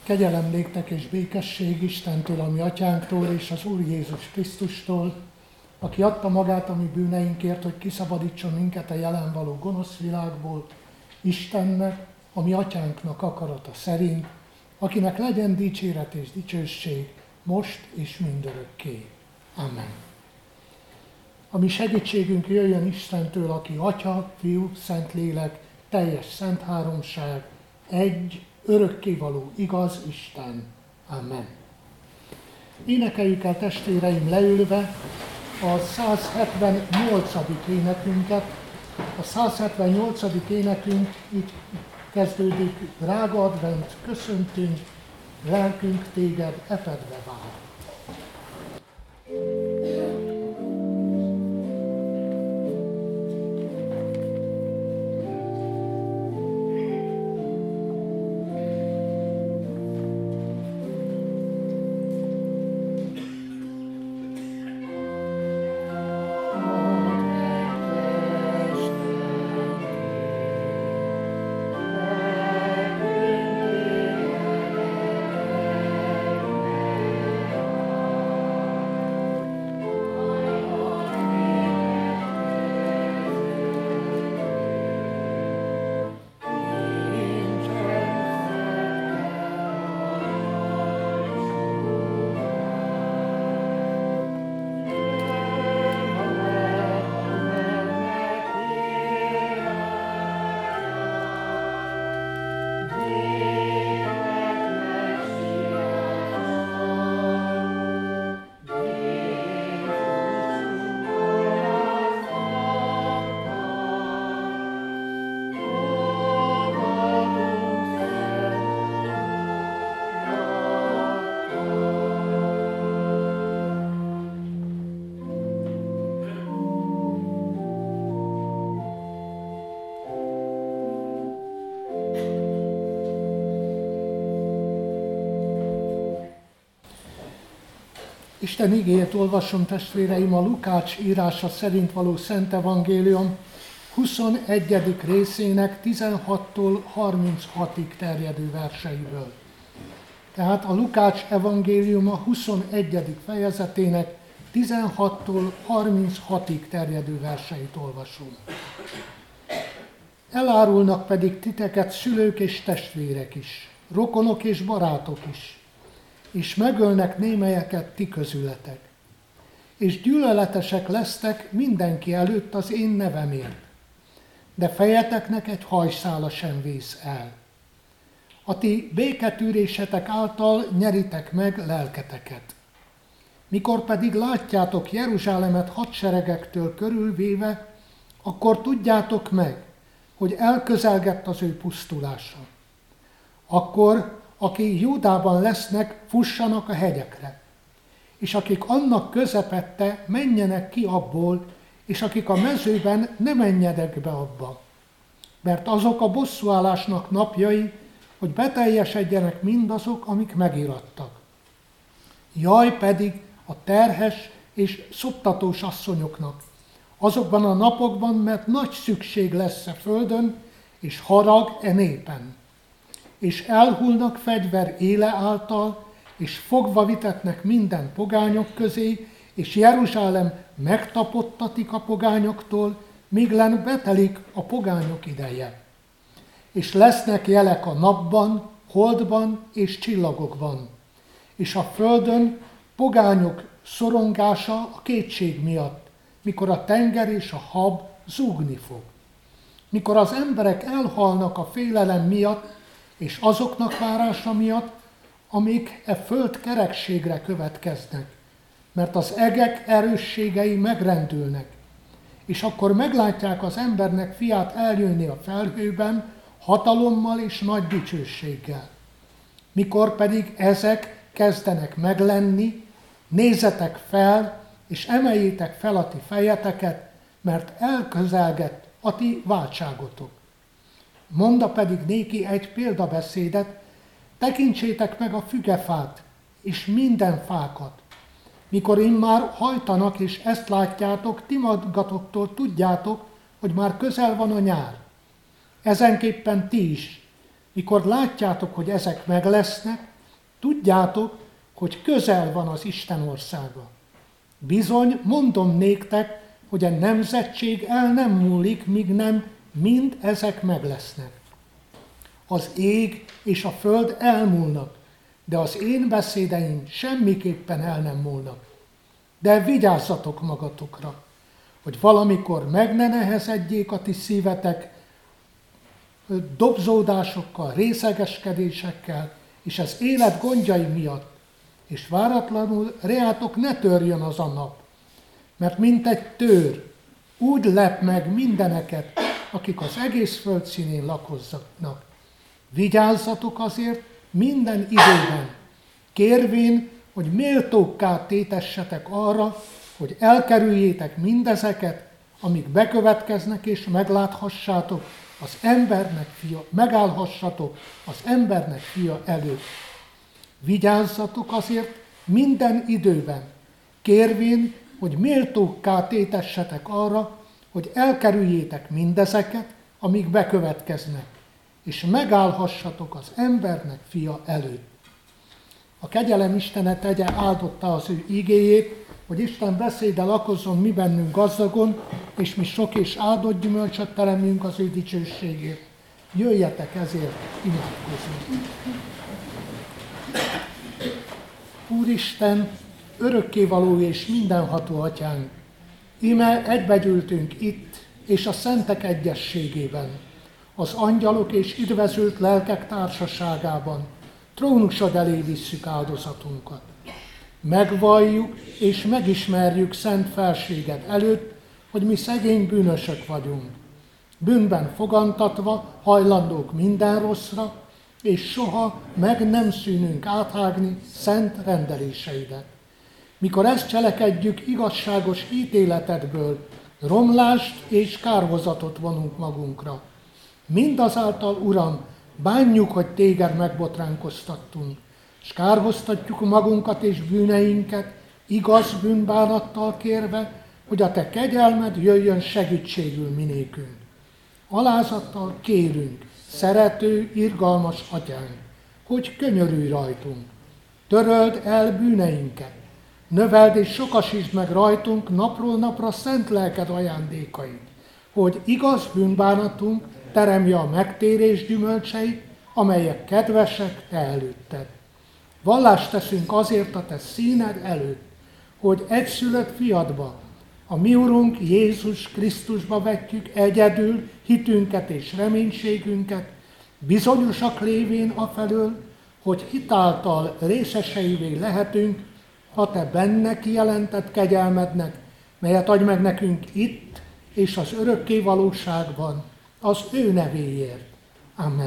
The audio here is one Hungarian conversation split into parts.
Kegyelem néktek és békesség Istentől, a mi atyánktól és az Úr Jézus Krisztustól, aki adta magát a mi bűneinkért, hogy kiszabadítson minket a jelen való gonosz világból, Istennek, a mi atyánknak akarata szerint, akinek legyen dicséret és dicsőség, most és mindörökké. Amen. A mi segítségünk jöjjön Istentől, aki Atya, Fiú, Szentlélek, teljes szent háromság, egy, örökkévaló igaz Isten. Amen. Énekeljük el, testvéreim, leülve a 178. énekünket. A 178. énekünk így kezdődik: drága advent, köszöntünk, lelkünk téged epedve vár. Isten igéjét olvasom, testvéreim, a Lukács írása szerint való Szent Evangélium 21. részének 16-tól 36-ig terjedő verseiből. Tehát a Lukács evangéliuma 21. fejezetének 16-tól 36-ig terjedő verseit olvasom. Elárulnak pedig titeket szülők és testvérek is, rokonok és barátok is, és megölnek némelyeket ti közületek, és gyűlöletesek lesztek mindenki előtt az én nevemért, de fejeteknek egy hajszála sem vész el. A ti béketűrésetek által nyeritek meg lelketeket. Mikor pedig látjátok Jeruzsálemet hadseregektől körülvéve, akkor tudjátok meg, hogy elközelgett az ő pusztulása. Akkor akik Júdában lesznek, fussanak a hegyekre, és akik annak közepette, menjenek ki abból, és akik a mezőben, ne menjenek be abba. Mert azok a bosszúállásnak napjai, hogy beteljesedjenek mindazok, amik megirattak. Jaj pedig a terhes és szoptatós asszonyoknak, azokban a napokban, mert nagy szükség lesz a földön, és harag e népen. És elhullnak fegyver éle által, és fogva vitetnek minden pogányok közé, és Jeruzsálem megtapottatik a pogányoktól, míg len betelik a pogányok ideje. És lesznek jelek a napban, holdban és csillagokban, és a földön pogányok szorongása a kétség miatt, mikor a tenger és a hab zúgni fog. Mikor az emberek elhalnak a félelem miatt, és azoknak várása miatt, amik e föld kerekségre következnek, mert az egek erősségei megrendülnek, és akkor meglátják az embernek fiát eljönni a felhőben, hatalommal és nagy dicsőséggel. Mikor pedig ezek kezdenek meglenni, nézzetek fel, és emeljétek fel a ti fejeteket, mert elközelgett a ti váltságotok. Monda pedig néki egy példabeszédet, tekintsétek meg a fügefát, és minden fákat. Mikor immár hajtanak, és ezt látjátok, ti magatoktól tudjátok, hogy már közel van a nyár. Ezenképpen ti is, mikor látjátok, hogy ezek meg lesznek, tudjátok, hogy közel van az Isten országa. Bizony, mondom néktek, hogy a nemzetség el nem múlik, míg nem mind ezek meg lesznek. Az ég és a föld elmúlnak, de az én beszédeim semmiképpen el nem múlnak. De vigyázzatok magatokra, hogy valamikor meg ne nehezedjék a ti szívetek dobzódásokkal, részegeskedésekkel, és az élet gondjai miatt, és váratlanul reátok ne törjön az a nap, mert mint egy tőr, úgy lep meg mindeneket, akik az egész föld színén lakoznak. Vigyázzatok azért minden időben, kérvén, hogy méltókká tétessetek arra, hogy elkerüljétek mindezeket, amik bekövetkeznek, és megállhassatok az embernek fia előtt. Vigyázzatok azért minden időben, kérvén, hogy méltókká tétessetek arra, hogy elkerüljétek mindezeket, amik bekövetkeznek, és megállhassatok az embernek fia előtt. A kegyelem Istene tegye áldottá az ő igéjét, hogy Isten beszéde lakozzon mi bennünk gazdagon, és mi sok és áldott gyümölcsöt teremünk az ő dicsőségért. Jöjjetek ezért imádkozni. Úristen, örökkévaló és mindenható Atyánk, íme egybegyűltünk itt, és a szentek egyességében, az angyalok és üdvözült lelkek társaságában, trónusod elé visszük áldozatunkat. Megvalljuk és megismerjük szent felséged előtt, hogy mi szegény bűnösök vagyunk. Bűnben fogantatva, hajlandók minden rosszra, és soha meg nem szűnünk áthágni szent rendeléseidet. Mikor ezt cselekedjük, igazságos ítéletedből romlást és kárhozatot vonunk magunkra. Mindazáltal, Uram, bánjuk, hogy téged megbotránkoztattunk, és kárhoztatjuk magunkat és bűneinket, igaz bűnbánattal kérve, hogy a te kegyelmed jöjjön segítségül minékünk. Alázattal kérünk, szerető, irgalmas Atyánk, hogy könyörülj rajtunk, töröld el bűneinket, növeld és sokasítsd meg rajtunk napról napra szent lelked ajándékait, hogy igaz bűnbánatunk teremje a megtérés gyümölcseit, amelyek kedvesek te előtted. Vallást teszünk azért a te színed előtt, hogy egyszülött fiadba, a mi Urunk Jézus Krisztusba vetjük egyedül hitünket és reménységünket, bizonyosak lévén afelől, hogy hitáltal részeseivé lehetünk, ha te benne kijelentett kegyelmednek, melyet adj meg nekünk itt és az örökké valóságban, az ő nevéért. Amen.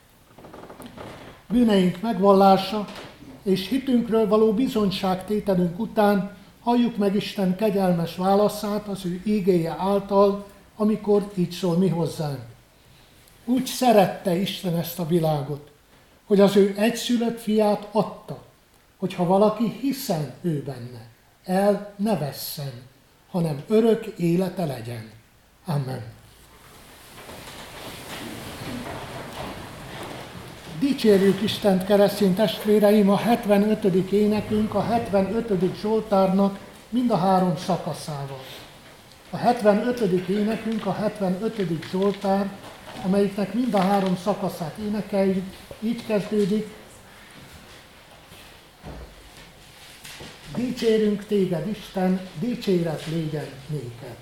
Bűneink megvallása és hitünkről való bizonyságtételünk után halljuk meg Isten kegyelmes válaszát az ő ígéje által, amikor így szól mi hozzánk. Úgy szerette Isten ezt a világot, hogy az ő egyszülött fiát adta, hogyha valaki hiszen ő benne, el ne vesszen, hanem örök élete legyen. Amen. Dicsérjük Istent, keresztény testvéreim, a 75. énekünk, a 75. Zsoltárnak mind a 3 szakaszával. A 75. énekünk, a 75. Zsoltár, amelyiknek mind a 3 szakaszát énekeljük, így kezdődik. Dicsérünk téged, Isten, dicséret légyen néked.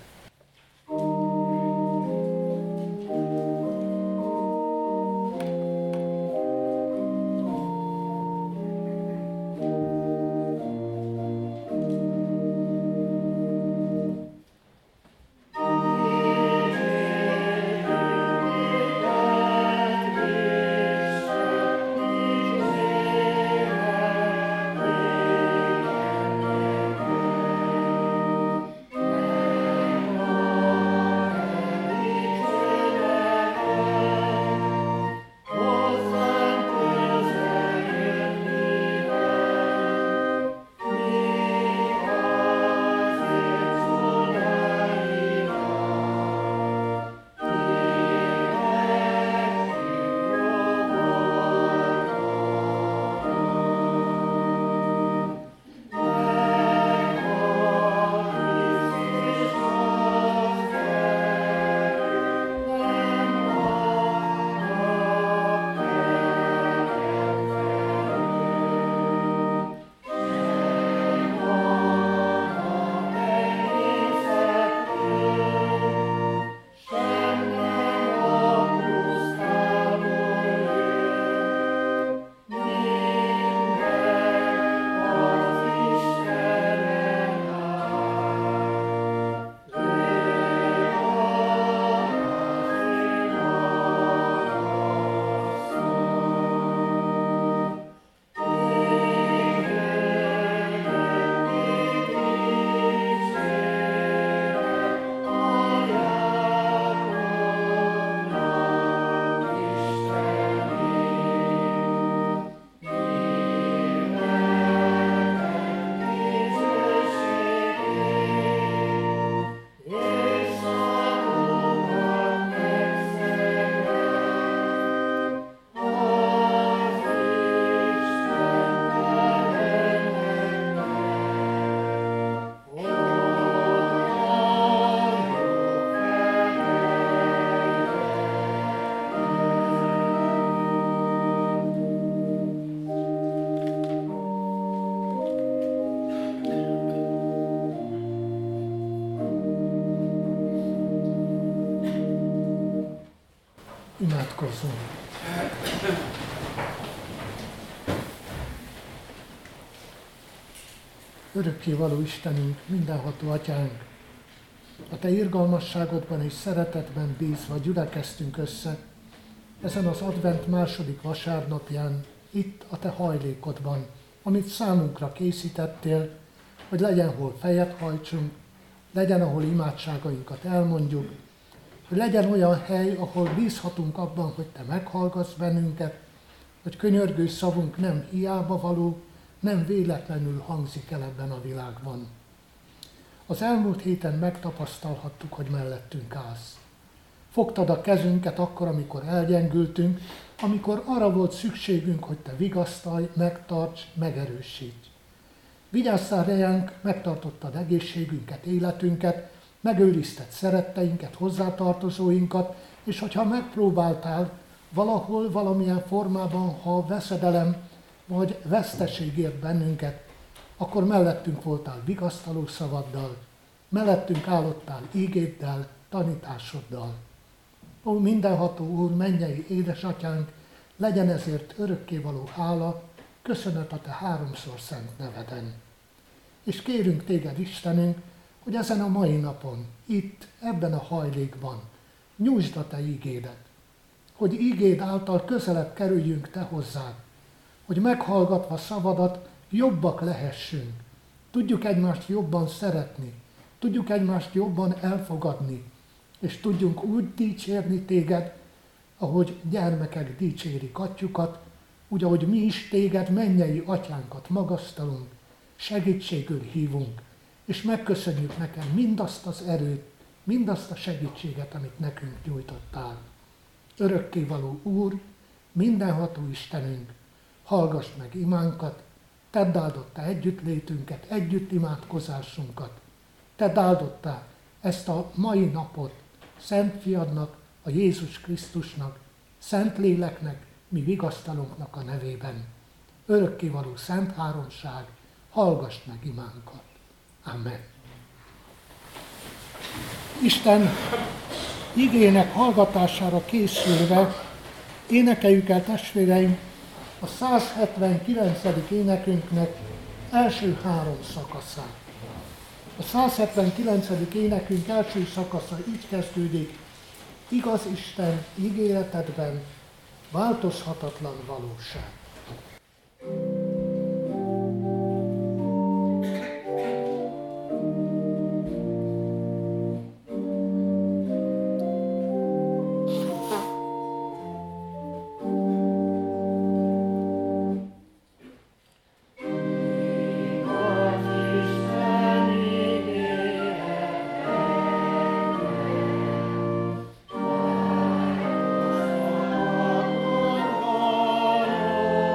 Imádkozzunk! Örökkévaló Istenünk, mindenható Atyánk, a Te irgalmasságodban és szeretetben bízva gyülekeztünk össze ezen az advent második vasárnapján, itt a Te hajlékodban, amit számunkra készítettél, hogy legyen hol fejet hajtsunk, legyen ahol imádságainkat elmondjuk, hogy legyen olyan hely, ahol bízhatunk abban, hogy Te meghallgatsz bennünket, hogy könyörgő szavunk nem hiába való, nem véletlenül hangzik el ebben a világban. Az elmúlt héten megtapasztalhattuk, hogy mellettünk állsz. Fogtad a kezünket akkor, amikor elgyengültünk, amikor arra volt szükségünk, hogy Te vigasztalj, megtarts, megerősíts. Vigyázzál ránk, megtartottad egészségünket, életünket, megőrizted szeretteinket, hozzátartozóinkat, és hogyha megpróbáltál valahol, valamilyen formában, ha veszedelem vagy veszteség ért bennünket, akkor mellettünk voltál vigasztaló szavaddal, mellettünk állottál ígéddel, tanításoddal. Ó, mindenható Úr, mennyei édesatyánk, legyen ezért örökkévaló hála, köszönet a Te háromszor szent neveden. És kérünk Téged, Istenünk, hogy ezen a mai napon, itt, ebben a hajlékban nyújtsd a Te ígédet, hogy ígéd által közelebb kerüljünk Te hozzád, hogy meghallgatva szavadat jobbak lehessünk, tudjuk egymást jobban szeretni, tudjuk egymást jobban elfogadni, és tudjunk úgy dicsérni Téged, ahogy gyermekek dicsérik atyukat, úgy, ahogy mi is Téged, mennyei atyánkat magasztalunk, segítségül hívunk, és megköszönjük neked mindazt az erőt, mindazt a segítséget, amit nekünk nyújtottál. Örökkévaló Úr, mindenható Istenünk, hallgass meg imánkat, Tedd áldottá együttlétünket, együtt imádkozásunkat, Tedd áldottá ezt a mai napot Szent Fiadnak, a Jézus Krisztusnak, Szent Léleknek, mi vigasztalunknak a nevében. Örökkévaló Szent Háromság, hallgass meg imánkat. Amen. Isten igének hallgatására készülve énekeljük el, testvéreim, a 179. énekünknek első három szakaszát. A 179. énekünk első szakasza így kezdődik: igaz Isten ígéretedben változhatatlan valóság. Oh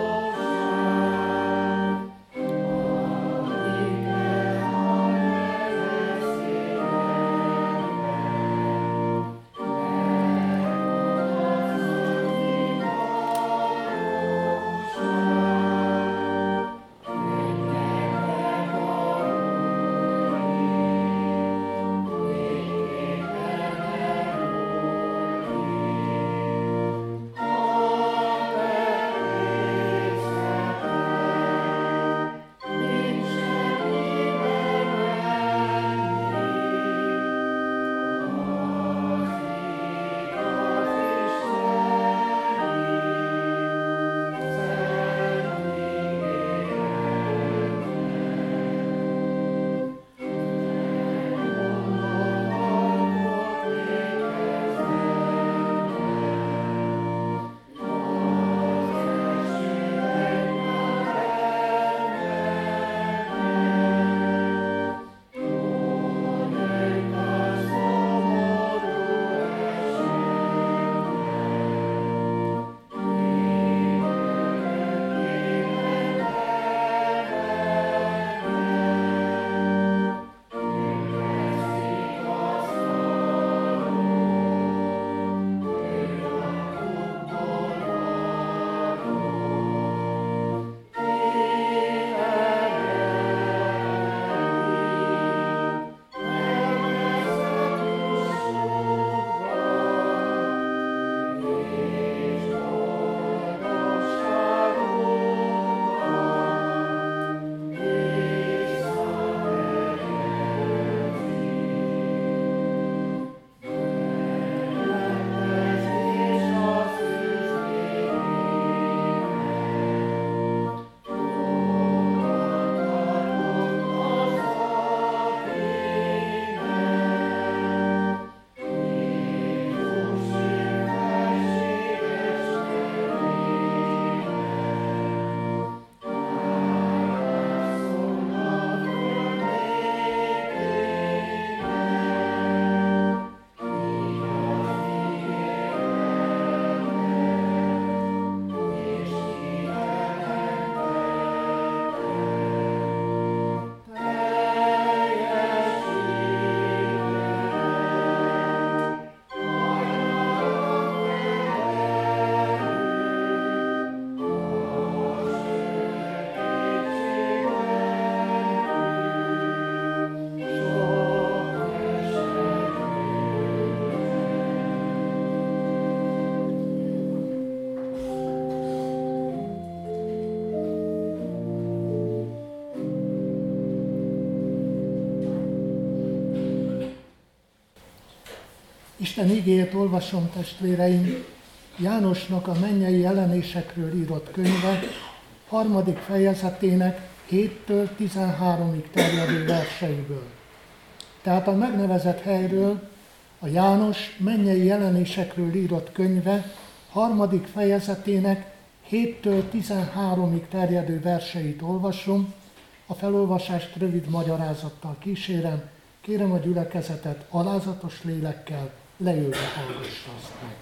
Isten igéjét olvasom, testvéreim, Jánosnak a mennyei jelenésekről írott könyve 3. fejezetének 7-től 13-ig terjedő verseiből. Tehát a megnevezett helyről a János mennyei jelenésekről írott könyve 3. fejezetének 7-től 13-ig terjedő verseit olvasom, a felolvasást rövid magyarázattal kísérem, kérem a gyülekezetet alázatos lélekkel leülve hallgassa azt meg.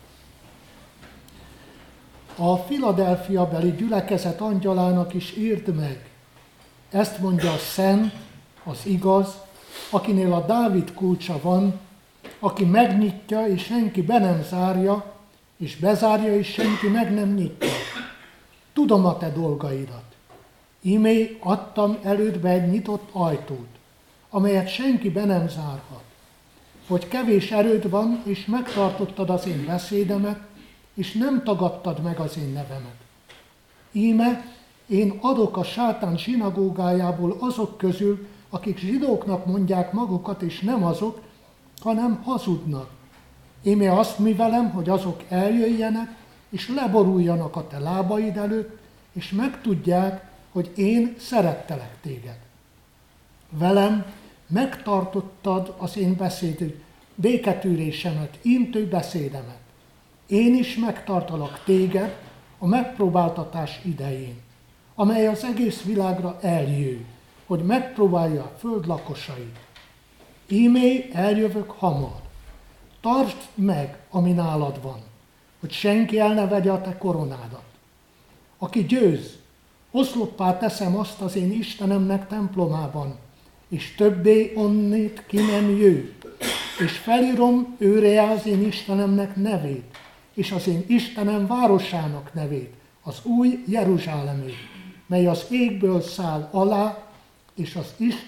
A Philadelphia beli gyülekezet angyalának is írd meg, ezt mondja a szent, az igaz, akinél a Dávid kulcsa van, aki megnyitja, és senki be nem zárja, és bezárja, és senki meg nem nyitja. Tudom a te dolgaidat. Ímé adtam elődbe egy nyitott ajtót, amelyet senki be nem zárhat. Hogy kevés erőd van, és megtartottad az én beszédemet, és nem tagadtad meg az én nevemet. Íme én adok a sátán zsinagógájából azok közül, akik zsidóknak mondják magukat, és nem azok, hanem hazudnak. Íme azt művelem, hogy azok eljöjjenek, és leboruljanak a te lábaid előtt, és megtudják, hogy én szerettelek téged. Velem megtartottad az én béketűrésemet, intő beszédemet. Én is megtartalak téged a megpróbáltatás idején, amely az egész világra eljő, hogy megpróbálja a föld lakosait. Ímé eljövök hamar. Tartsd meg, ami nálad van, hogy senki el ne vegye a te koronádat. Aki győz, oszloppá teszem azt az én Istenemnek templomában, és többé onnét ki nem jő, és felírom őre az én Istenemnek nevét, és az én Istenem városának nevét, az új Jeruzsálemét, mely az égből száll alá, és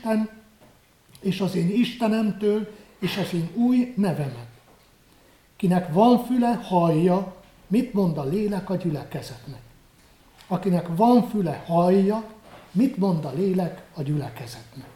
az én Istenemtől, és az én új nevemet. Kinek van füle, hallja, mit mond a lélek a gyülekezetnek. Akinek van füle, hallja, mit mond a lélek a gyülekezetnek.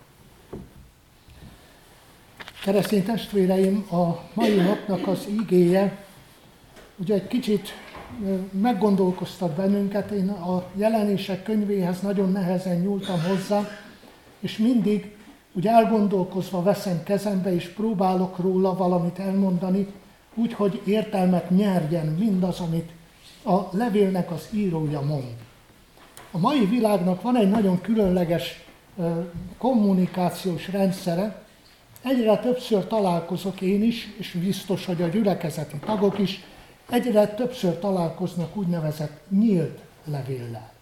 Keresztény testvéreim, a mai napnak az igéje ugye egy kicsit meggondolkoztat bennünket. Én a jelenések könyvéhez nagyon nehezen nyúltam hozzá, és mindig úgy elgondolkozva veszem kezembe, és próbálok róla valamit elmondani, úgy, hogy értelmet nyerjen mindaz, amit a levélnek az írója mond. A mai világnak van egy nagyon különleges kommunikációs rendszere. Egyre többször találkozok én is, és biztos, hogy a gyülekezeti tagok is, egyre többször találkoznak úgynevezett nyílt levéllel.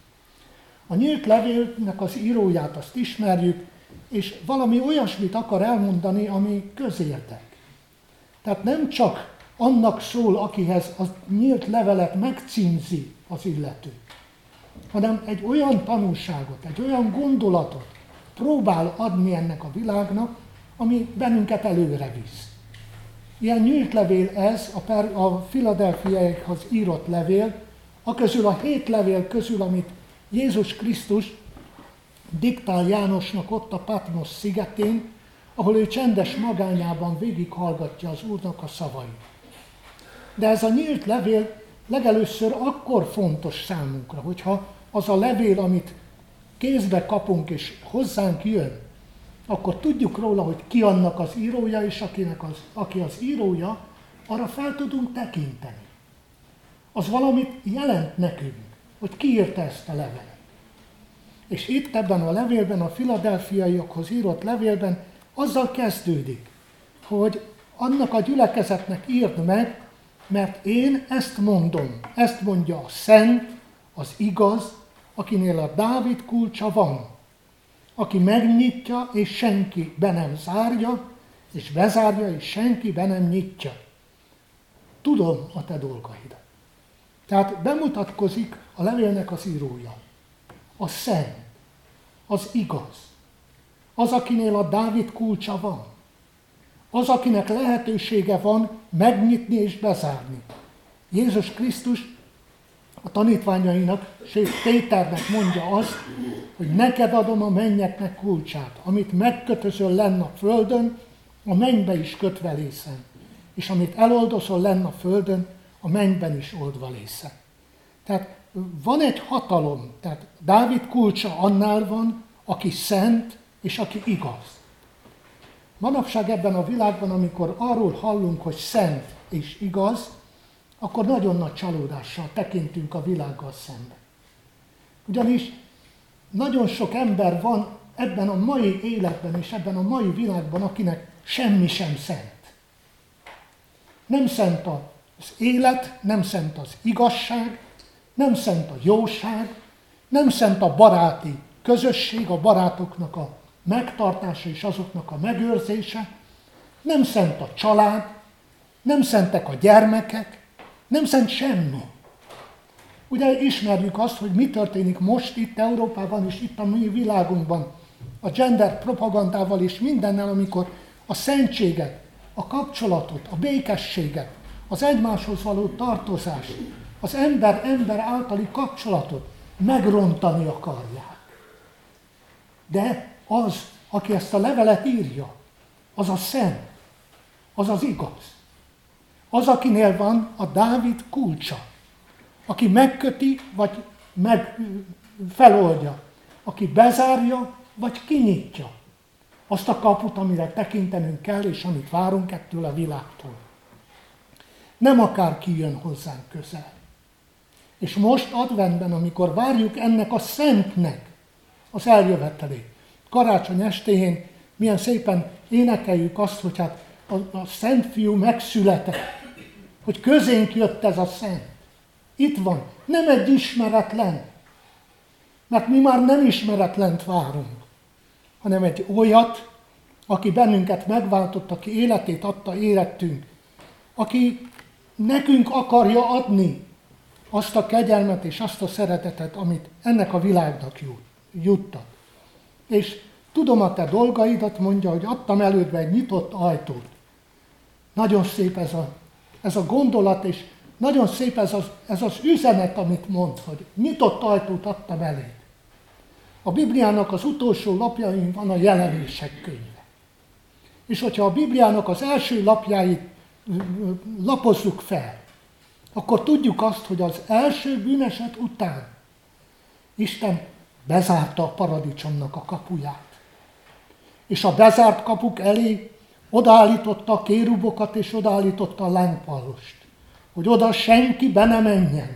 A nyílt levélnek az íróját azt ismerjük, és valami olyasmit akar elmondani, ami közérdek. Tehát nem csak annak szól, akihez a nyílt levelet megcímzi az illető, hanem egy olyan tanulságot, egy olyan gondolatot próbál adni ennek a világnak, ami bennünket előre visz. Ilyen nyílt levél ez, a Philadelphiaiakhoz írott levél, aközül a 7 levél közül, amit Jézus Krisztus diktál Jánosnak ott a Patmos szigetén, ahol ő csendes magányában végighallgatja az Úrnak a szavait. De ez a nyílt levél legelőször akkor fontos számunkra, hogyha az a levél, amit kézbe kapunk és hozzánk jön, akkor tudjuk róla, hogy ki annak az írója, és aki az írója, arra fel tudunk tekinteni. Az valamit jelent nekünk, hogy ki írta ezt a levelet. És itt ebben a levélben, a Philadelphiaiakhoz írott levélben azzal kezdődik, hogy annak a gyülekezetnek írd meg, mert én ezt mondom, ezt mondja a szent, az igaz, akinél a Dávid kulcsa van, aki megnyitja, és senki be nem zárja, és bezárja, és senki be nem nyitja. Tudom a te dolgaidat. Tehát bemutatkozik a levélnek az írója. A szent, az igaz, az, akinél a Dávid kulcsa van, az, akinek lehetősége van megnyitni és bezárni. Jézus Krisztus a tanítványainak, sőt Péternek mondja azt, hogy neked adom a mennyeknek kulcsát, amit megkötözöl lenn a földön, a mennybe is kötve lészen. és amit eloldozol lenn a földön, a mennyben is oldva lészen. Tehát van egy hatalom, tehát Dávid kulcsa annál van, aki szent és aki igaz. Manapság ebben a világban, amikor arról hallunk, hogy szent és igaz, akkor nagyon nagy csalódással tekintünk a világgal szembe. Ugyanis nagyon sok ember van ebben a mai életben és ebben a mai világban, akinek semmi sem szent. Nem szent az élet, nem szent az igazság, nem szent a jóság, nem szent a baráti közösség, a barátoknak a megtartása és azoknak a megőrzése, nem szent a család, nem szentek a gyermekek, nem szent semmi. Ugye ismerjük azt, hogy mi történik most itt Európában és itt a mi világunkban, a gender propagandával és mindennel, amikor a szentséget, a kapcsolatot, a békességet, az egymáshoz való tartozást, az ember-ember általi kapcsolatot megrontani akarják. De az, aki ezt a levelet írja, az a szent, az az igaz. Az, akinél van a Dávid kulcsa, aki megköti, vagy feloldja, aki bezárja, vagy kinyitja azt a kaput, amire tekintenünk kell, és amit várunk ettől a világtól. Nem akárki jön hozzánk közel. És most adventben, amikor várjuk ennek a szentnek az eljövetelét, karácsony estéjén milyen szépen énekeljük azt, hogy hát a Szent Fiú megszületett, hogy közénk jött ez a szent. Itt van, nem egy ismeretlen, mert mi már nem ismeretlent várunk, hanem egy olyat, aki bennünket megváltott, aki életét adta érettünk, aki nekünk akarja adni azt a kegyelmet és azt a szeretetet, amit ennek a világnak juttat. És tudom a te dolgaidat, mondja, hogy adtam elődbe egy nyitott ajtót. Nagyon szép ez a gondolat, és nagyon szép ez az üzenet, amit mond, hogy nyitott ajtót adtam eléd. A Bibliának az utolsó lapjain van a Jelenések könyve. És hogyha a Bibliának az első lapjáit lapozzuk fel, akkor tudjuk azt, hogy az első bűneset után Isten bezárta a paradicsomnak a kapuját. És a bezárt kapuk elé odaállította a kérubokat, és odaállította a lángpallost, hogy oda senki be ne menjen.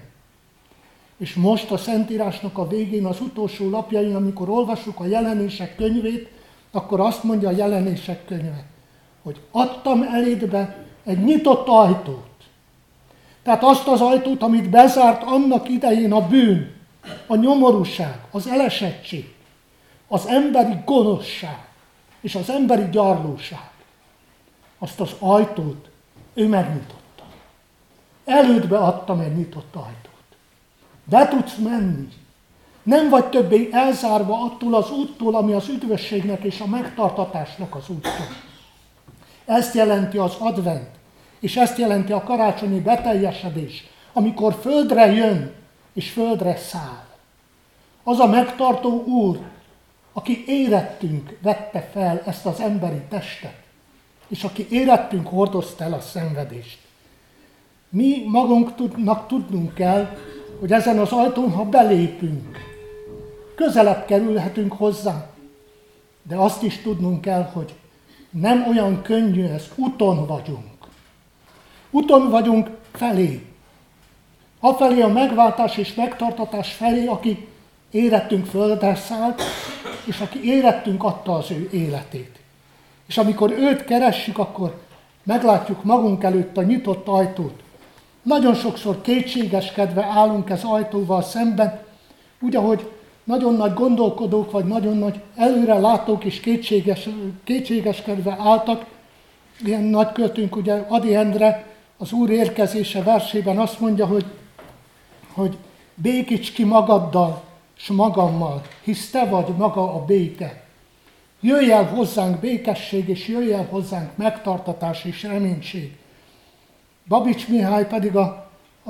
És most a Szentírásnak a végén, az utolsó lapjain, amikor olvassuk a Jelenések könyvét, akkor azt mondja a Jelenések könyve, hogy adtam elédbe egy nyitott ajtót. Tehát azt az ajtót, amit bezárt annak idején a bűn, a nyomorúság, az elesettség, az emberi gonoszság és az emberi gyarlóság. Azt az ajtót ő megnyitotta. Elődbe adtam egy nyitott ajtót. Be tudsz menni. Nem vagy többé elzárva attól az úttól, ami az üdvösségnek és a megtartatásnak az úttól. Ezt jelenti az advent, és ezt jelenti a karácsonyi beteljesedés, amikor földre jön és földre száll. Az a megtartó Úr, aki érettünk vette fel ezt az emberi testet, és aki érettünk hordozta el a szenvedést. Mi magunknak tudnunk kell, hogy ezen az ajtón, ha belépünk, közelebb kerülhetünk hozzá, de azt is tudnunk kell, hogy nem olyan könnyű ez, úton vagyunk. Úton vagyunk felé. Afelé a megváltás és megtartatás felé, aki érettünk földre szállt, és aki érettünk adta az ő életét. És amikor őt keressük, akkor meglátjuk magunk előtt a nyitott ajtót. Nagyon sokszor kétségeskedve állunk ez ajtóval szemben, úgy, ahogy nagyon nagy gondolkodók, vagy nagyon nagy előrelátók is kétségeskedve álltak. Ilyen nagyköltőnk, ugye Ady Endre az Úr érkezése versében azt mondja, hogy békíts ki magaddal, s magammal, hisz te vagy maga a béke. Jöjj el hozzánk békesség, és jöjj el hozzánk megtartatás és reménység. Babics Mihály pedig a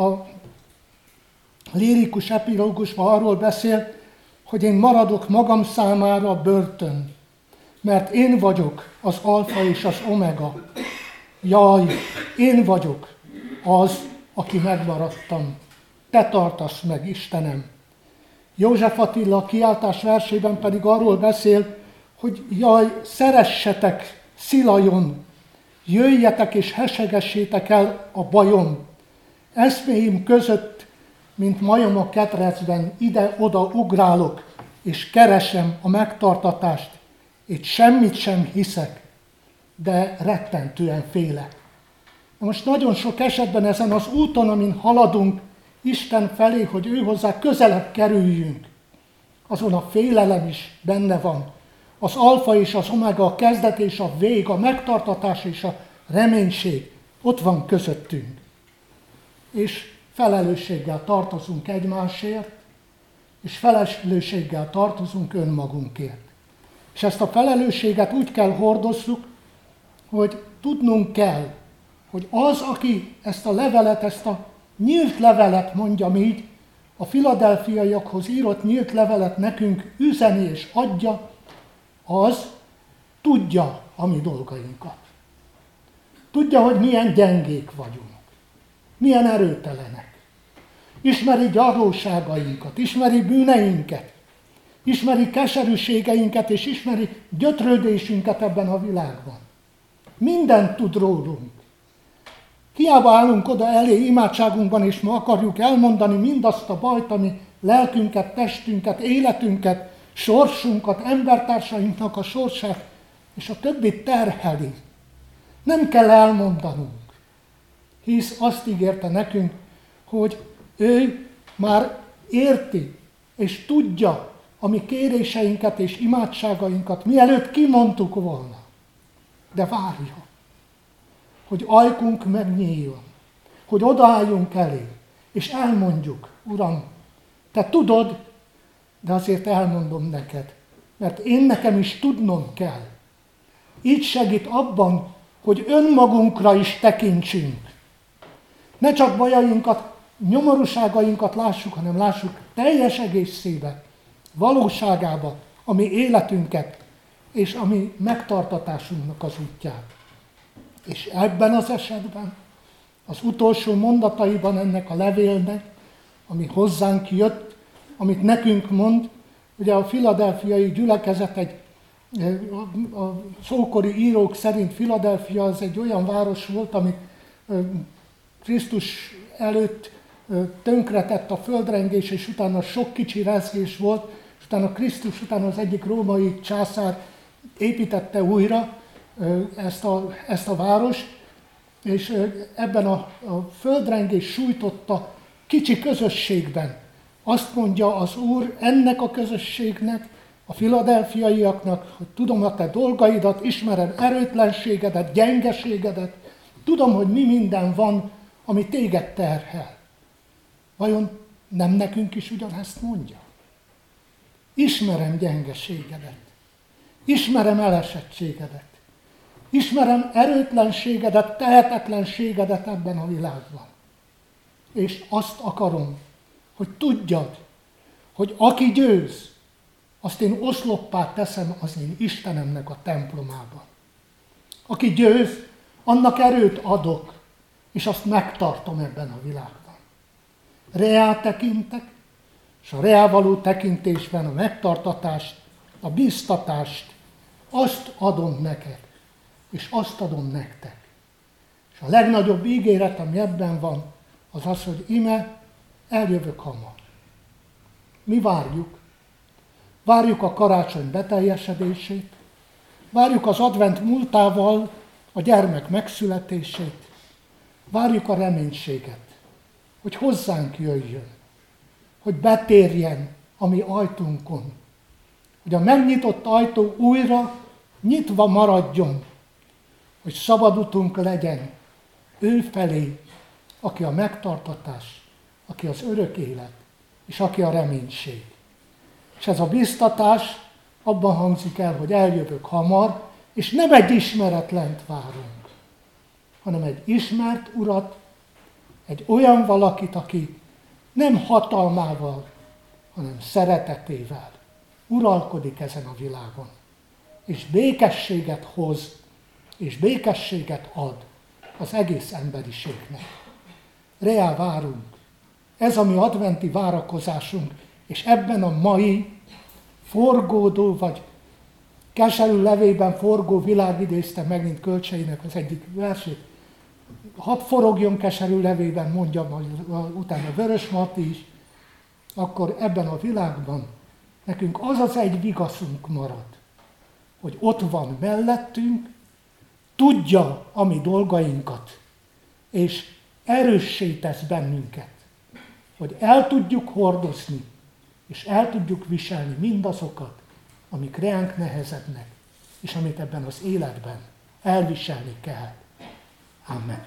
lirikus epilógusban arról beszél, hogy én maradok magam számára börtön, mert én vagyok az alfa és az omega, Jaj, én vagyok az, aki megmaradtam. Te tartasz meg, Istenem. József Attila a kiáltás versében pedig arról beszél, hogy jaj, szeressetek Szilajon, jöjjetek és hesegessétek el a bajom. Eszméim között, mint majom a ketrecben, ide-oda ugrálok, és keresem a megtartatást, és semmit sem hiszek, de rettentően félek. Most nagyon sok esetben ezen az úton, amin haladunk Isten felé, hogy ő hozzá közelebb kerüljünk, azon a félelem is benne van. Az alfa és az omega, a kezdet és a vég, a megtartatás és a reménység ott van közöttünk. És felelősséggel tartozunk egymásért, és felelősséggel tartozunk önmagunkért. És ezt a felelősséget úgy kell hordozzuk, hogy tudnunk kell, hogy az, aki ezt a levelet, ezt a nyílt levelet, mondjam így, a filadelfiaiakhoz írott nyílt levelet nekünk üzeni és adja, az tudja a mi dolgainkat. Tudja, hogy milyen gyengék vagyunk, milyen erőtelenek. Ismeri gyarlóságainkat, ismeri bűneinket, ismeri keserűségeinket, és ismeri gyötrődésünket ebben a világban. Mindent tud rólunk. Hiába állunk oda elé imádságunkban, és ma akarjuk elmondani mindazt a bajt, ami lelkünket, testünket, életünket, sorsunkat, embertársainknak a sorsát, és a többit terheli. Nem kell elmondanunk, hisz azt ígérte nekünk, hogy ő már érti, és tudja a mi kéréseinket és imádságainkat, mielőtt kimondtuk volna. De várja, hogy ajkunk megnyíljon, hogy odaálljunk elé, és elmondjuk, Uram, te tudod, de azért elmondom neked, mert én nekem is tudnom kell. Így segít abban, hogy önmagunkra is tekintsünk. Ne csak bajainkat, nyomorúságainkat lássuk, hanem lássuk teljes egészébe, valóságába a mi életünket és a mi megtartatásunknak az útját. És ebben az esetben, az utolsó mondataiban ennek a levélnek, ami hozzánk jött, amit nekünk mond, ugye a filadelfiai gyülekezet a szókori írók szerint Filadelfia az egy olyan város volt, amit Krisztus előtt tönkretett a földrengés, és utána sok kicsi rezgés volt, és utána Krisztus után az egyik római császár építette újra ezt a várost, és ebben a földrengés sújtotta kicsi közösségben. Azt mondja az Úr ennek a közösségnek, a filadelfiaiaknak, hogy tudom a te dolgaidat, ismerem erőtlenségedet, gyengeségedet, tudom, hogy mi minden van, ami téged terhel. Vajon nem nekünk is ugyanezt mondja? Ismerem gyengeségedet, ismerem elesettségedet, ismerem erőtlenségedet, tehetetlenségedet ebben a világban. És azt akarom, hogy tudjad, hogy aki győz, azt én oszloppá teszem az én Istenemnek a templomában. Aki győz, annak erőt adok, és azt megtartom ebben a világban. Reá tekintek, és a reá való tekintésben a megtartatást, a biztatást, azt adom neked, és azt adom nektek. És a legnagyobb ígéret, ami ebben van, az az, hogy íme, eljövök hamar. Mi várjuk. Várjuk a karácsony beteljesedését, várjuk az advent múltával a gyermek megszületését, várjuk a reménységet, hogy hozzánk jöjjön, hogy betérjen a mi ajtunkon, hogy a megnyitott ajtó újra nyitva maradjon, hogy szabad utunk legyen ő felé, aki a megtartatás, aki az örök élet, és aki a reménység. És ez a biztatás abban hangzik el, hogy eljövök hamar, és nem egy ismeretlent várunk, hanem egy ismert urat, egy olyan valakit, aki nem hatalmával, hanem szeretetével uralkodik ezen a világon. És békességet hoz, és békességet ad az egész emberiségnek. Reá várunk. Ez a mi adventi várakozásunk, és ebben a mai forgódó, vagy keserű levében forgó világ, idézte megint Kölcseinek az egyik versét. Hadd forogjon keserű levében, mondja majd utána Vörös Marti is, akkor ebben a világban nekünk az az egy vigaszunk marad, hogy ott van mellettünk, tudja a mi dolgainkat, és erőssé tesz bennünket, hogy el tudjuk hordozni, és el tudjuk viselni mindazokat, amik reánk nehezednek, és amit ebben az életben elviselni kell. Amen.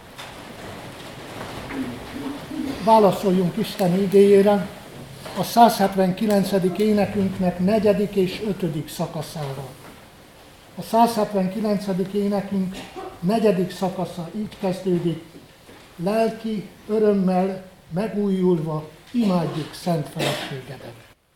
Válaszoljunk Isten igéjére a 179. énekünknek 4. és 5. szakaszával. A 179. énekünk 4. szakasza így kezdődik: lelki örömmel megújulva imádjuk szent feleségedet.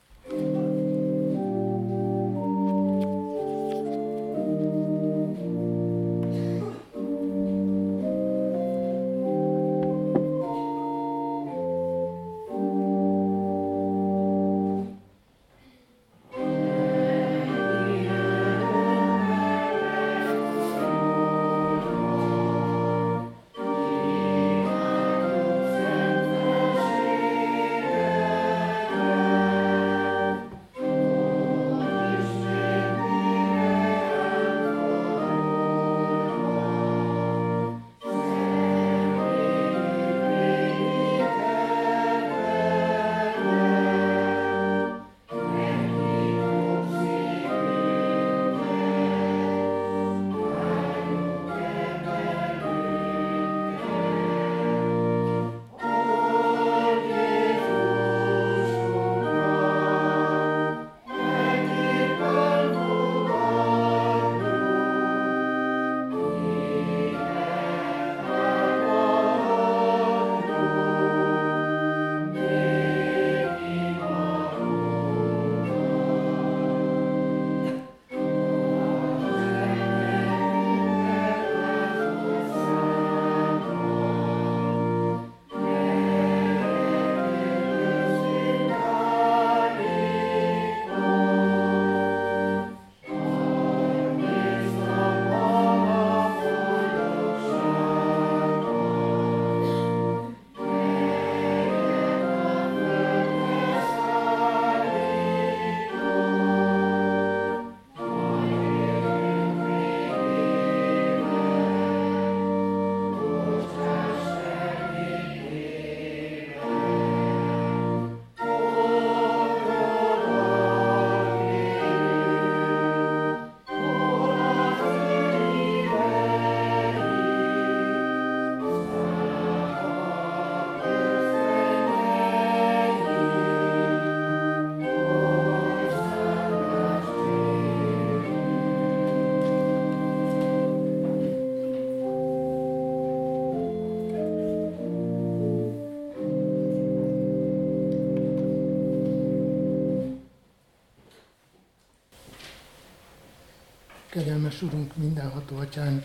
Kegyelmes Urunk, mindenható Atyánk,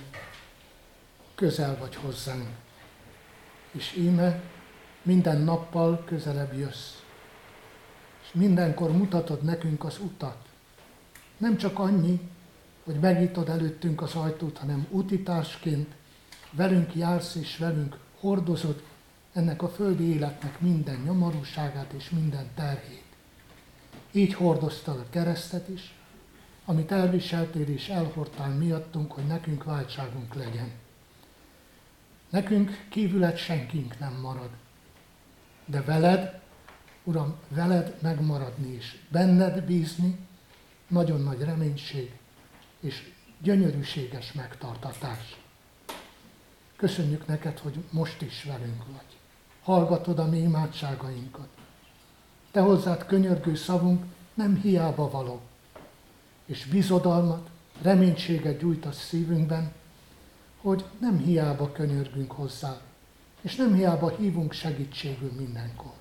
közel vagy hozzánk, és íme minden nappal közelebb jössz, és mindenkor mutatod nekünk az utat. Nem csak annyi, hogy megnyitod előttünk az ajtót, hanem útitársként velünk jársz és velünk hordozod ennek a földi életnek minden nyomorúságát és minden terhét. Így hordoztad a keresztet is, amit elviseltél és elhordtál miattunk, hogy nekünk váltságunk legyen. Nekünk kívüled senkink nem marad, de veled, Uram, veled megmaradni és benned bízni nagyon nagy reménység és gyönyörűséges megtartatás. Köszönjük neked, hogy most is velünk vagy. Hallgatod a mi imádságainkat. Te hozzád könyörgő szavunk nem hiába való, és bizodalmat, reménységet gyújtasz szívünkben, hogy nem hiába könyörgünk hozzá, és nem hiába hívunk segítségül mindenkor.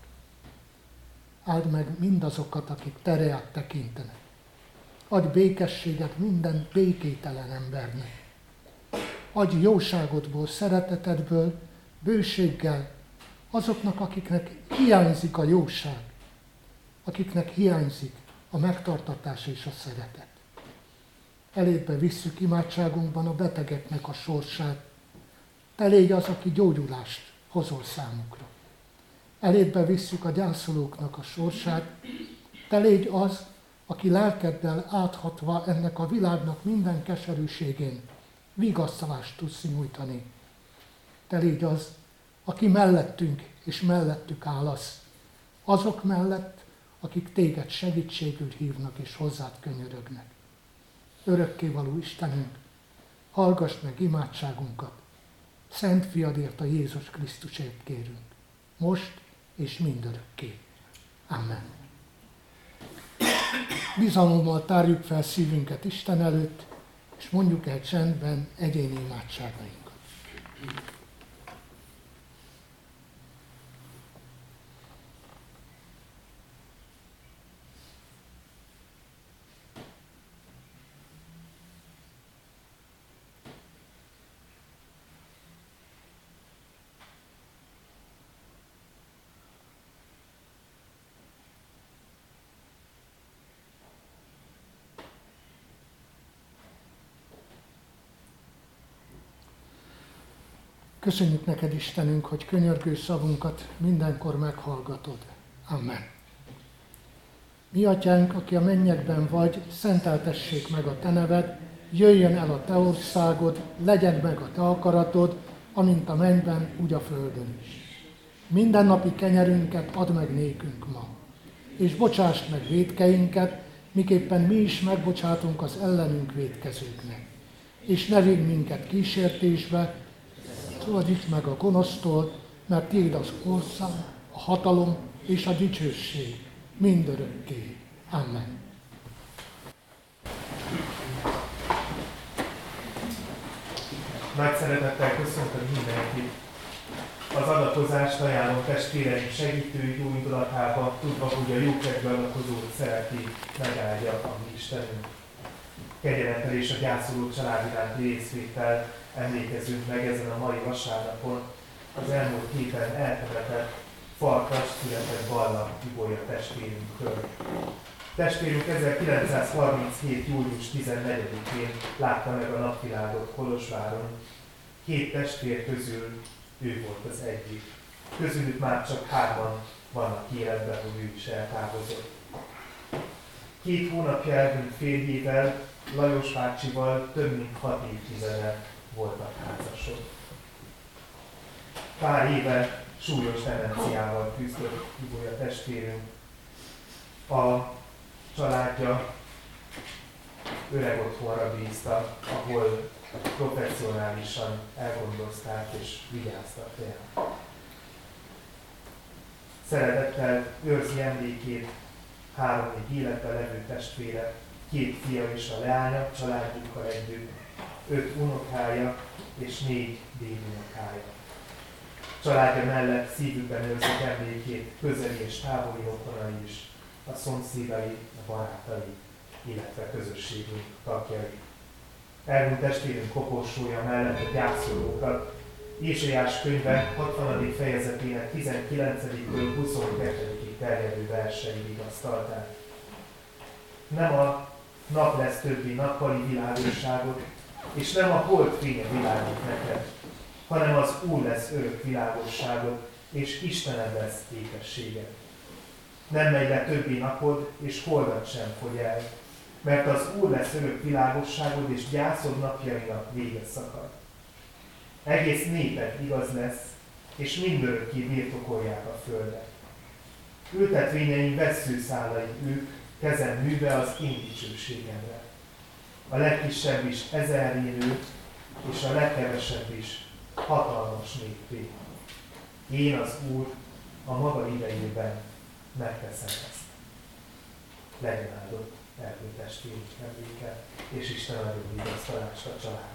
Áld meg mindazokat, akik te reád tekintenek. Adj békességet minden békételen embernek. adj jóságodból, szeretetedből, bőséggel azoknak, akiknek hiányzik a jóság, akiknek hiányzik a megtartatás és a szeretet. Elébe visszük imádságunkban a betegeknek a sorsát. Te légy az, aki gyógyulást hozol számukra. Elébe visszük a gyászolóknak a sorsát. Te légy az, aki lelkeddel áthatva ennek a világnak minden keserűségén vigasztalást tudsz nyújtani. Te légy az, aki mellettünk és mellettük állasz. Azok mellett, akik téged segítségül hívnak és hozzád könyörögnek. Örökkévaló Istenünk, hallgass meg imádságunkat. Szent Fiadért, a Jézus Krisztusért kérünk. Most és mindörökké. Amen. Bizalommal tárjuk fel szívünket Isten előtt, és mondjuk el csendben egyéni imádságainkat. Köszönjük neked, Istenünk, hogy könyörgő szavunkat mindenkor meghallgatod. Amen. Mi atyánk, aki a mennyekben vagy, szenteltessék meg a te neved, jöjjön el a te országod, legyen meg a te akaratod, amint a mennyben, úgy a földön is. Mindennapi kenyerünket add meg nékünk ma, és bocsásd meg vétkeinket, miképpen mi is megbocsátunk az ellenünk vétkezőknek. És ne vigy minket kísértésbe, szabadíts meg a gonosztól, mert tiéd az ország, a hatalom és a dicsőség mindörökké. Amen. Nagy szeretettel köszöntöm mindenkit. Az adakozást ajánlom testvéreink segítői jó indulatába, tudva, hogy a jókedvű adakozót szereti, megáldja a mi Istenünk. Kegyelettel és a gyászoló család iránti részvétel emlékezünk meg ezen a mai vasárnapon az elmúlt héten eltemetett Farkas született Balla Ibolya testvérünkről. Testvérünk 1937. július 14-én látta meg a napvilágot Kolozsváron. 7 testvér közül ő volt az egyik. Közülük már csak 3-an vannak életben, hogy ő is eltávozott. 2 hónapja elhunyt férjével, Lajos bácsival több mint 6 évtizede voltak házasok. Pár éve súlyos demenciával küzdött Ibolya testvérünk. A családja öreg otthonra bízta, ahol professzionálisan elgondozták és vigyáztak rá. Szeretettel őrzi emlékét 3 még életben levő testvére, 2 fia és a leánya családjukkal együtt, 5 unokája és 4 dédunokája. Családja mellett szívükben őrzik emlékét közeli és távoli rokonai is, a szomszédai, a barátai, illetve közösségünk tagjai. Elhunyt testvérünk koporsója mellett a gyászolókat Ézsaiás könyve 60. fejezetének 19-től 22-ig terjedő versei vigasztalták. Nem a nap lesz többi nappali világosságot, és nem a hold fénye világít neked, hanem az Úr lesz örök világosságod, és Istened lesz ékességed. Nem megy le többi napod, és holdat sem fogy el, mert az Úr lesz örök világosságod, és gyászod napjainak vége szakad. Egész néped igaz lesz, és mindörökké birtokolják a földet. Ültetvényeim vesszőszálai ők, kezem műve az én dicsőségemre. A legkisebb is 1000 nő, és a legkevesebb is hatalmas néppé. Én az Úr a maga idejében megteszem ezt. Legyen áldott elhunyt testvérünk emléke, és Isten adjon vigasztalást a családnak.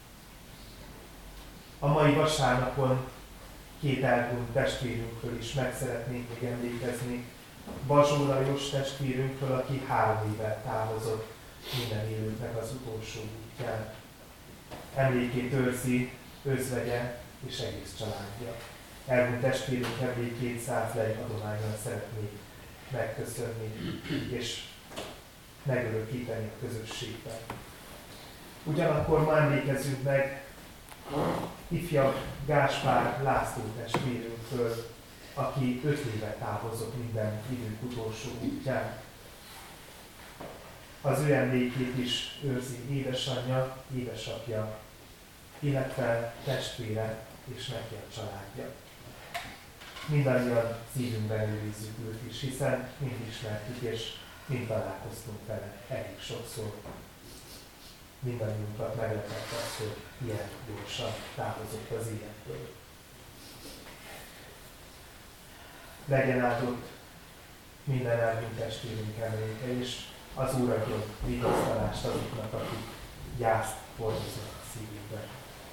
A mai vasárnapon 2 elhunyt testvérünkről is meg szeretnénk még emlékezni. Bazsó Lajos testvérünkről, aki 3 éve távozott minden élőknek az utolsó útján. emlékét őrzi özvegye és egész családja. Elhunyt testvérünk emlékét 100 lej adományon szeretnék megköszönni és megörökíteni a közösségben. Ugyanakkor ma emlékezzünk meg ifjabb Gáspár László testvérünkről, aki 5 éve távozott minden idők utolsó útján. Az ő emlékét is őrzi édesanyja, édesapja, illetve testvére és neki a családja. Mindannyian szívünkben őrizzük őt is, hiszen mind ismertük és mind találkoztunk vele elég sokszor. Mindannyiunkat meglepett az, hogy ilyen gyorsan távozott az életből. Legyen áldott minden elhunyt testvérünk emléke, és az Úr adjon vigasztalást azoknak, akik gyászt hordoznak a szívükben.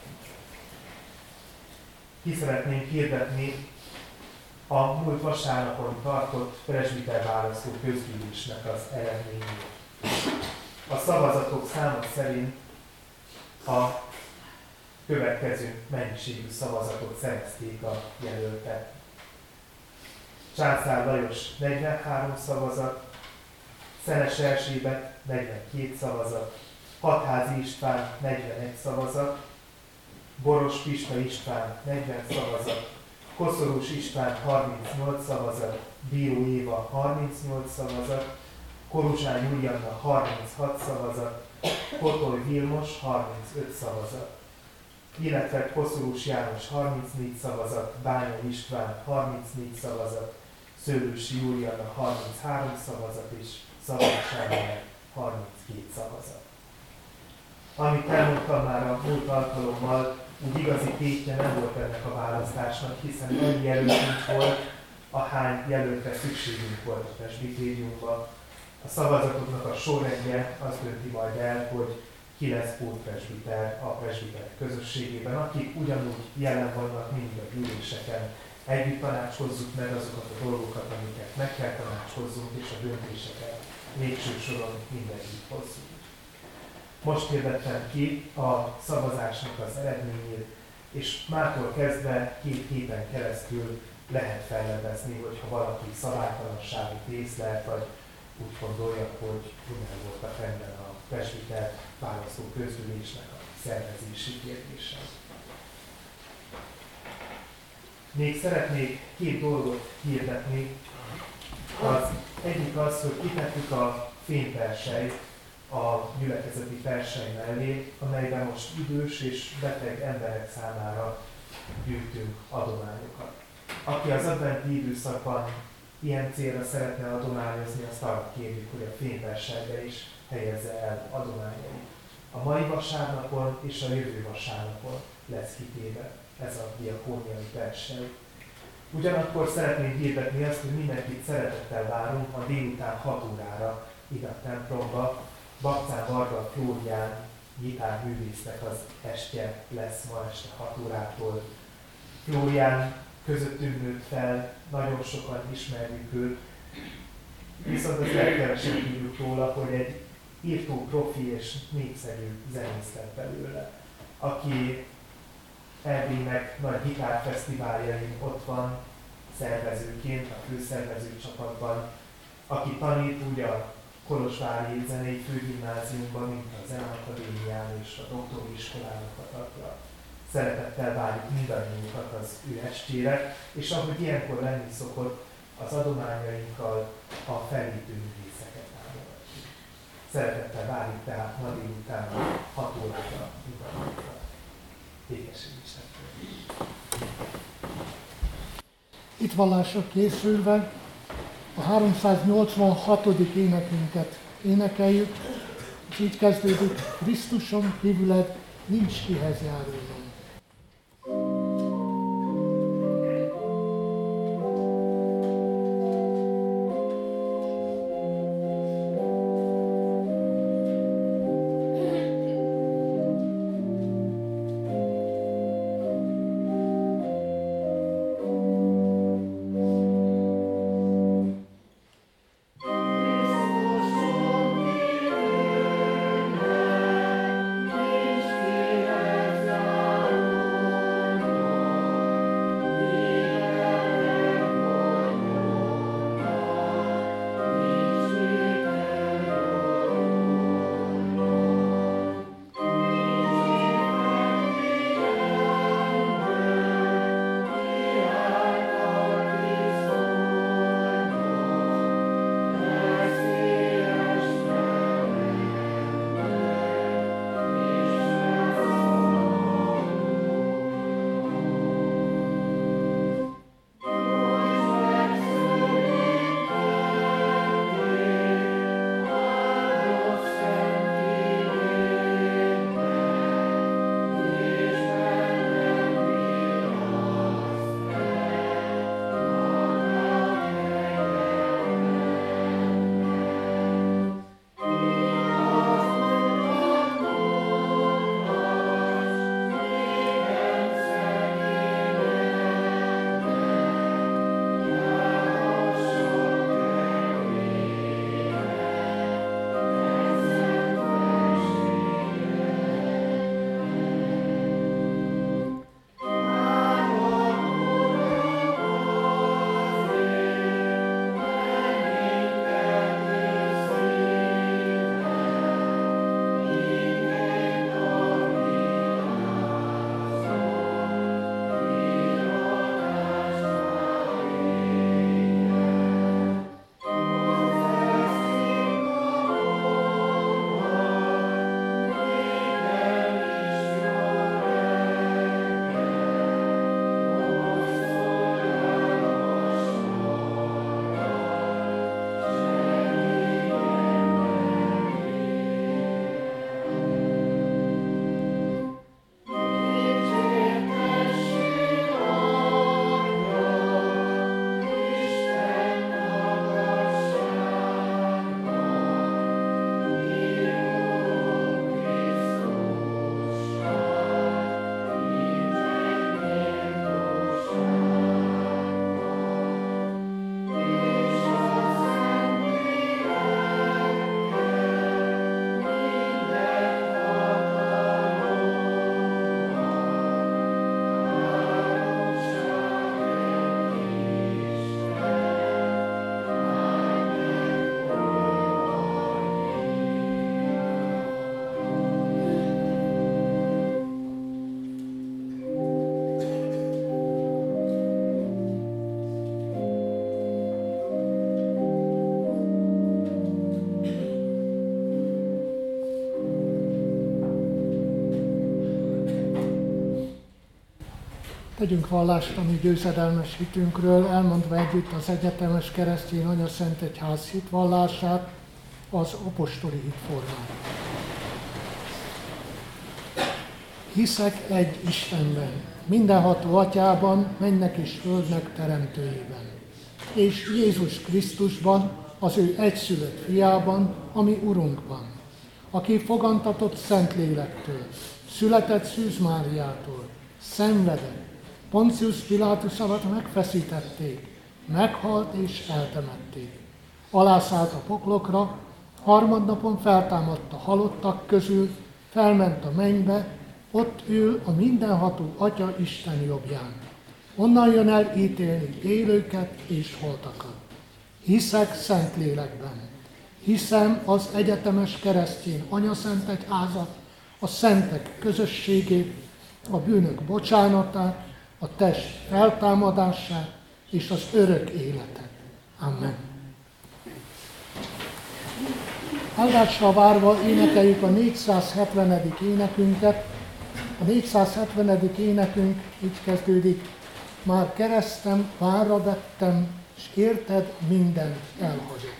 Ki szeretnénk hirdetni a múlt vasárnapon tartott presbiterválasztó közgyűlésnek az eredményét. A szavazatok száma szerint a következő mennyiségű szavazatot szerezték a jelöltek. Császár Lajos 43 szavazat, Szenes Erzsébet 42 szavazat, Hatházi István 41 szavazat, Boros Pista István 40 szavazat, Koszorús István 38 szavazat, Bíró Éva 38 szavazat, Koruzsán Julianna 36 szavazat, Kotoly Vilmos 35 szavazat, illetve Koszorús János 34 szavazat, Bánya István 34 szavazat, Szőlősi Julianna 33 szavazat és Szabad Sándor 32 szavazat. Amit elmondtam már a múlt alkalommal, úgy igazi tétje nem volt ennek a választásnak, hiszen annyi jelöltünk volt, ahány jelöltre szükségünk volt a presbitériumban. A szavazatoknak a sorrendje azt dönti majd el, hogy ki lesz pótpresbiter a presbiter közösségében, akik ugyanúgy jelen vannak mindig a gyűléseken. Együtt tanácskozzuk meg azokat a dolgokat, amiket meg kell tanácskozzunk, és a döntéseket végső soron mindegyütt hozzuk. Most hirdettem ki a szavazásnak az eredményét, és mától kezdve 2 héten keresztül lehet fellebezni, hogyha valaki szabálytalanságot észlelt, vagy úgy gondolja, hogy nem voltak rendben a presbiter választó közgyűlésnek a szervezési kérdése. Még szeretnék 2 dolgot hirdetni. Az egyik az, hogy kitettük a fényverselyt a gyülekezeti verseny mellé, amelyben most idős és beteg emberek számára gyűjtünk adományokat. Aki az adventi időszakban ilyen célra szeretne adományozni, azt arra kérjük, hogy a fényversenybe is helyezze el adományait. A mai vasárnapon és a jövő vasárnapon lesz kitéve ez a diakóniai verseny. Ugyanakkor szeretném hirdetni azt, hogy mindenkit szeretettel várunk a délután 6 órára ide a templomba. Bakcán Varga Flórián gitárművésznek az estje lesz ma este 6 órától. Flórián közöttünk nőtt fel, nagyon sokan ismerjük őt, viszont az legkevesebb tudjuk róla, hogy egy írtó, profi és népszerű zenész lett belőle, aki Erdélynek nagy gitárfesztiváljain ott van szervezőként, a főszervező csapatban, aki tanít úgy a Kolozsvári Zenei Főgimnáziumban, mint a Zeneakadémián és a doktori iskolának tagja. Szeretettel várjuk mindannyiunkat az ő estére, és ahogy ilyenkor lenni szokott, az adományainkkal a felépítő művészeket támogatjuk. Szeretettel várjuk tehát ma délután 6 órára mindannyiunkat. Békesség Istenről! Itt vallásra készülve a 386. énekünket énekeljük, és így kezdődik: Krisztuson kívüled nincs kihez járulnom. Christus, Tegyünk vallást a mi győzedelmes hitünkről, elmondva együtt az egyetemes keresztény Anyaszent Egyház hitvallását, az apostoli hitformát. Hiszek egy Istenben, mindenható Atyában, mennek és földnek teremtőjében, és Jézus Krisztusban, az ő egyszülött fiában, ami Urunkban, aki fogantatott Szentlélektől, született Szűz Máriától, szenvedett, Poncius Pilátus alatt megfeszítették, meghalt és eltemették. Alászállt a poklokra, harmadnapon feltámadt a halottak közül, felment a mennybe, ott ül a mindenható Atya Isten jobbján. Onnan jön el ítélni élőket és holtakat. Hiszek Szentlélekben. Hiszem az egyetemes keresztény Anyaszent Egyházat, a szentek közösségét, a bűnök bocsánatát, a test feltámadását és az örök életet. Amen. Áldásra várva énekeljük a 470. énekünket. A 470. énekünk így kezdődik: már keresztem, várra vettem, s érted mindent elhagyott.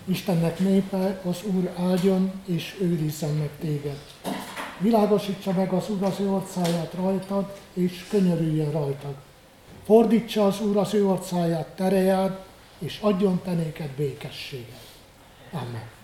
Istennek népe, az Úr áldjon és őrizzen meg téged. Világosítsa meg az Úr az ő orcáját rajtad, és könyörüljön rajtad. Fordítsa az Úr az ő orcáját terejád, és adjon te néked békességet. Amen.